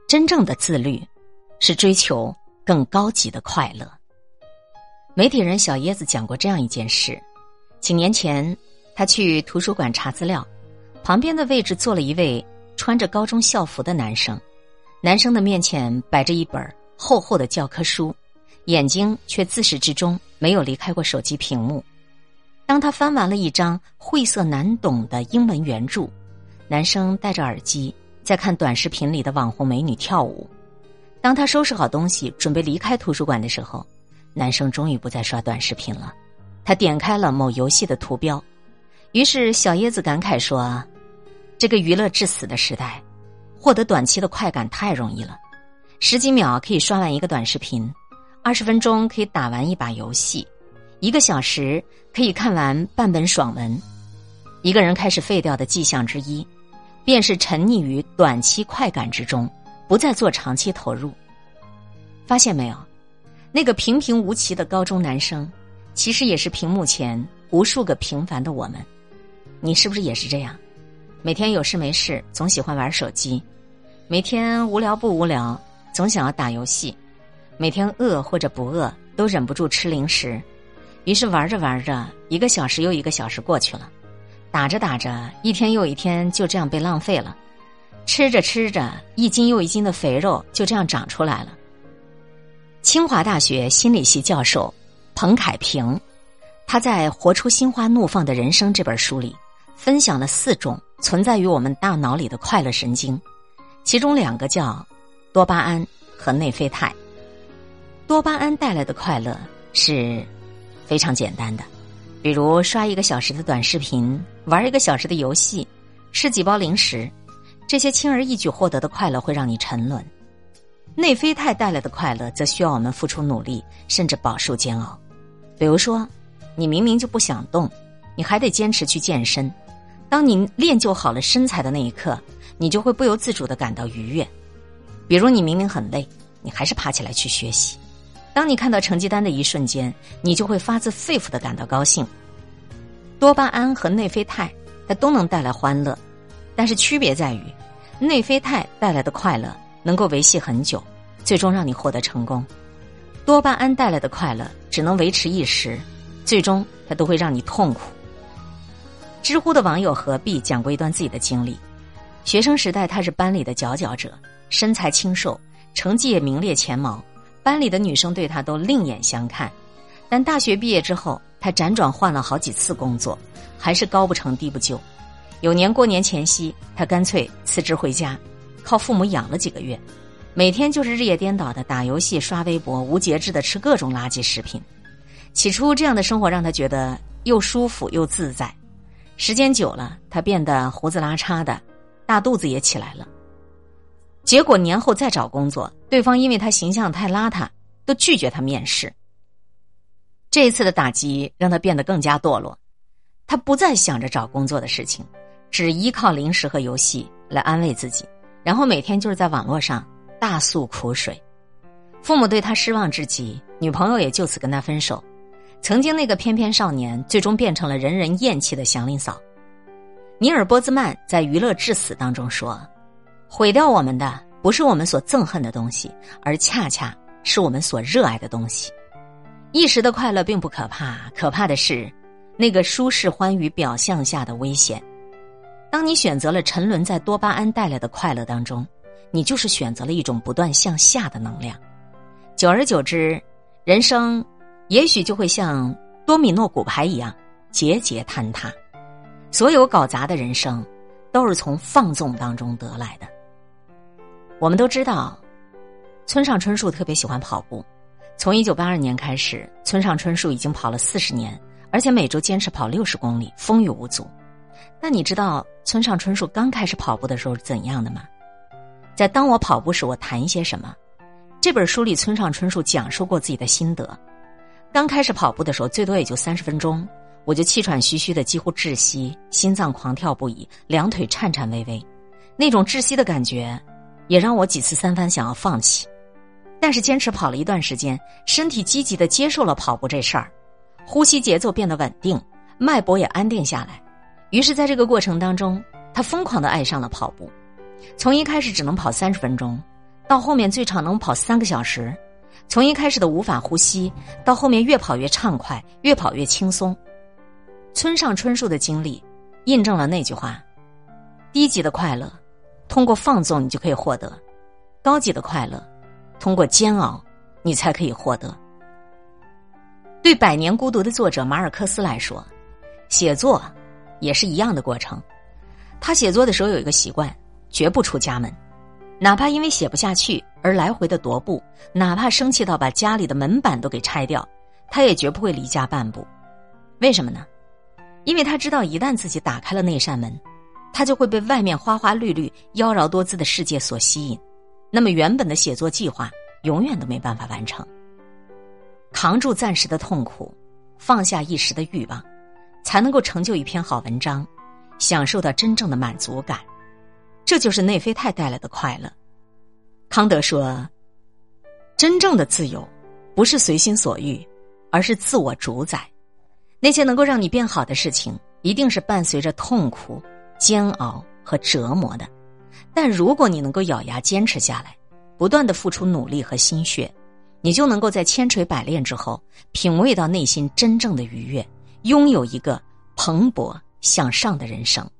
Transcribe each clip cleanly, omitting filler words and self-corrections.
真正的自律是追求更高级的快乐。媒体人小椰子讲过这样一件事，几年前他去图书馆查资料，旁边的位置坐了一位穿着高中校服的男生，男生的面前摆着一本厚厚的教科书，眼睛却自始至终没有离开过手机屏幕。当他翻完了一张晦涩难懂的英文原著，男生戴着耳机在看短视频里的网红美女跳舞。当他收拾好东西准备离开图书馆的时候，男生终于不再刷短视频了，他点开了某游戏的图标。于是小椰子感慨说，这个娱乐至死的时代，获得短期的快感太容易了，10几秒可以刷完一个短视频，20分钟可以打完一把游戏，1个小时可以看完半本爽文。一个人开始废掉的迹象之一，便是沉溺于短期快感之中，不再做长期投入。发现没有，那个平平无奇的高中男生，其实也是屏幕前无数个平凡的我们。你是不是也是这样？每天有事没事总喜欢玩手机，每天无聊不无聊总想要打游戏，每天饿或者不饿都忍不住吃零食。于是玩着玩着，1个小时又1个小时过去了，打着打着，1天又1天就这样被浪费了，吃着吃着，1斤又1斤的肥肉就这样长出来了。清华大学心理系教授彭凯平，他在《活出心花怒放的人生》这本书里分享了4种存在于我们大脑里的快乐神经，其中2个叫多巴胺和内啡肽。多巴胺带来的快乐是非常简单的，比如刷1个小时的短视频，玩1个小时的游戏，吃几包零食，这些轻而易举获得的快乐会让你沉沦。内啡肽带来的快乐则需要我们付出努力，甚至饱受煎熬。比如说，你明明就不想动，你还得坚持去健身，当你练就好了身材的那一刻，你就会不由自主地感到愉悦。比如你明明很累，你还是爬起来去学习，当你看到成绩单的一瞬间，你就会发自肺腑地感到高兴。多巴胺和内啡肽它都能带来欢乐，但是区别在于，内啡肽带来的快乐能够维系很久，最终让你获得成功。多巴胺带来的快乐只能维持一时，最终它都会让你痛苦。知乎的网友何必讲过一段自己的经历，学生时代他是班里的佼佼者，身材清瘦，成绩也名列前茅，班里的女生对他都另眼相看。但大学毕业之后，他辗转换了好几次工作，还是高不成低不就。有年过年前夕，他干脆辞职回家，靠父母养了几个月，每天就是日夜颠倒的打游戏、刷微博，无节制的吃各种垃圾食品。起初这样的生活让他觉得又舒服又自在，时间久了，他变得胡子拉碴的，大肚子也起来了。结果年后再找工作，对方因为他形象太邋遢，都拒绝他面试。这一次的打击让他变得更加堕落，他不再想着找工作的事情，只依靠零食和游戏来安慰自己，然后每天就是在网络上大诉苦水。父母对他失望至极，女朋友也就此跟他分手。曾经那个翩翩少年，最终变成了人人厌弃的祥林嫂。尼尔波兹曼在《娱乐至死》当中说，毁掉我们的不是我们所憎恨的东西，而恰恰是我们所热爱的东西。一时的快乐并不可怕，可怕的是那个舒适欢愉表象下的危险。当你选择了沉沦在多巴胺带来的快乐当中，你就是选择了一种不断向下的能量。久而久之，人生也许就会像多米诺骨牌一样节节坍塌。所有搞砸的人生都是从放纵当中得来的。我们都知道村上春树特别喜欢跑步，从1982年开始，村上春树已经跑了40年，而且每周坚持跑60公里，风雨无阻。但你知道村上春树刚开始跑步的时候是怎样的吗？在《当我跑步时我谈一些什么》这本书里，村上春树讲述过自己的心得。刚开始跑步的时候，最多也就30分钟，我就气喘吁吁的几乎窒息，心脏狂跳不已，两腿颤颤巍巍，那种窒息的感觉也让我几次三番想要放弃。但是坚持跑了一段时间，身体积极地接受了跑步这事儿，呼吸节奏变得稳定，脉搏也安定下来。于是在这个过程当中，他疯狂地爱上了跑步。从一开始只能跑30分钟， 到后面最长能跑3个小时，从一开始的无法呼吸，到后面越跑越畅快，越跑越轻松。村上春树的经历印证了那句话：低级的快乐通过放纵你就可以获得，高级的快乐通过煎熬你才可以获得。对《百年孤独》的作者马尔克斯来说，写作也是一样的过程。他写作的时候有一个习惯，绝不出家门，哪怕因为写不下去而来回的踱步，哪怕生气到把家里的门板都给拆掉，他也绝不会离家半步。为什么呢？因为他知道一旦自己打开了那扇门，他就会被外面花花绿绿妖娆多姿的世界所吸引，那么原本的写作计划永远都没办法完成。扛住暂时的痛苦，放下一时的欲望，才能够成就一篇好文章，享受到真正的满足感。这就是内啡肽带来的快乐。康德说，真正的自由不是随心所欲，而是自我主宰。那些能够让你变好的事情，一定是伴随着痛苦、煎熬和折磨的。但如果你能够咬牙坚持下来，不断地付出努力和心血，你就能够在千锤百炼之后，品味到内心真正的愉悦，拥有一个蓬勃向上的人生。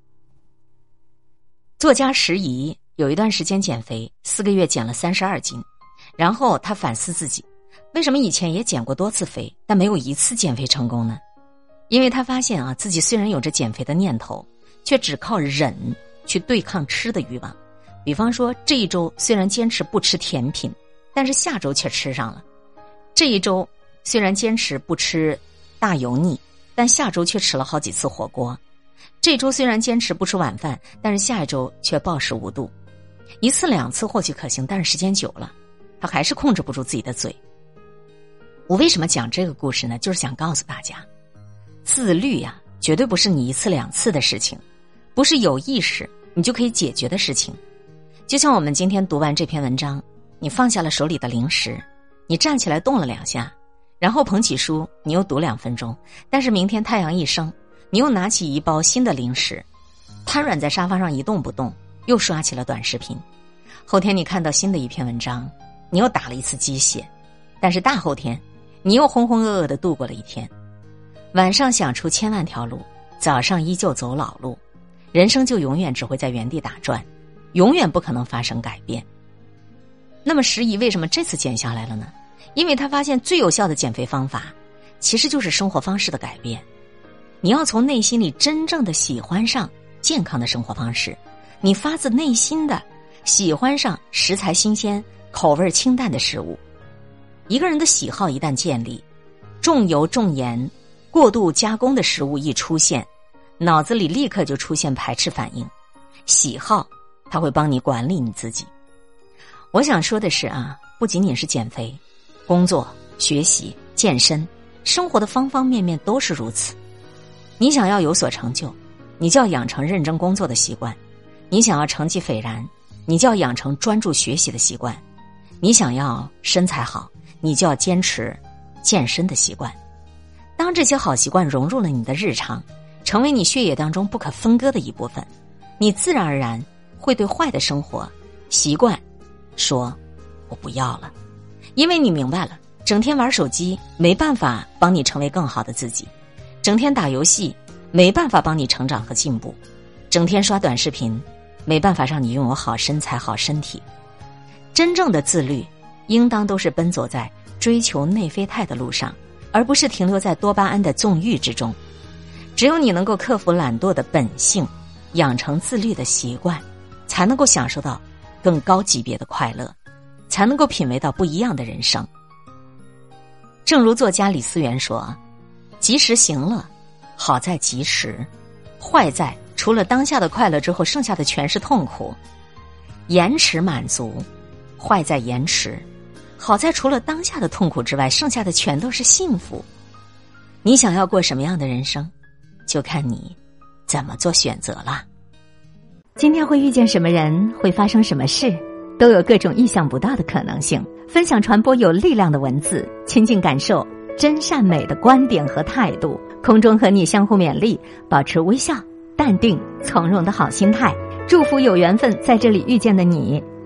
作家石怡有一段时间减肥，4个月减了32斤，然后他反思自己，为什么以前也减过多次肥，但没有一次减肥成功呢？因为他发现自己虽然有着减肥的念头，却只靠忍去对抗吃的欲望。比方说，这一周虽然坚持不吃甜品，但是下周却吃上了；这一周虽然坚持不吃大油腻，但下周却吃了好几次火锅；这周虽然坚持不吃晚饭，但是下一周却暴食无度。1次2次或许可行，但是时间久了，他还是控制不住自己的嘴。我为什么讲这个故事呢？就是想告诉大家，自律绝对不是你1次2次的事情，不是有意识你就可以解决的事情。就像我们今天读完这篇文章，你放下了手里的零食，你站起来动了2下，然后捧起书，你又读2分钟，但是明天太阳一升，你又拿起一包新的零食，瘫软在沙发上一动不动，又刷起了短视频。后天你看到新的一篇文章，你又打了一次鸡血，但是大后天你又浑浑噩噩地度过了一天。晚上想出1000万条路，早上依旧走老路，人生就永远只会在原地打转，永远不可能发生改变。那么石怡为什么这次减下来了呢？因为他发现最有效的减肥方法其实就是生活方式的改变。你要从内心里真正的喜欢上健康的生活方式，你发自内心的喜欢上食材新鲜、口味清淡的食物。一个人的喜好一旦建立，重油重盐、过度加工的食物一出现，脑子里立刻就出现排斥反应。喜好它会帮你管理你自己。我想说的是不仅仅是减肥，工作、学习、健身，生活的方方面面都是如此。你想要有所成就，你就要养成认真工作的习惯；你想要成绩斐然，你就要养成专注学习的习惯；你想要身材好，你就要坚持健身的习惯。当这些好习惯融入了你的日常，成为你血液当中不可分割的一部分，你自然而然会对坏的生活习惯说我不要了。因为你明白了，整天玩手机没办法帮你成为更好的自己，整天打游戏没办法帮你成长和进步，整天刷短视频没办法让你拥有好身材好身体。真正的自律应当都是奔走在追求内啡肽的路上，而不是停留在多巴胺的纵欲之中。只有你能够克服懒惰的本性，养成自律的习惯，才能够享受到更高级别的快乐，才能够品味到不一样的人生。正如作家李思源说，及时行乐好在及时，坏在除了当下的快乐之后，剩下的全是痛苦。延迟满足坏在延迟，好在除了当下的痛苦之外，剩下的全都是幸福。你想要过什么样的人生，就看你怎么做选择了。今天会遇见什么人，会发生什么事，都有各种意想不到的可能性。分享传播有力量的文字，亲近感受真善美的观点和态度，空中和你相互勉励，保持微笑、淡定、从容的好心态。祝福有缘分在这里遇见的你，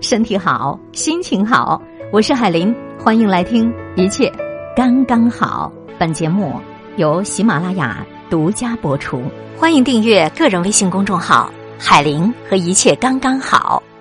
身体好，心情好。我是海林，欢迎来听一切刚刚好。本节目由喜马拉雅独家播出，欢迎订阅个人微信公众号海林和一切刚刚好。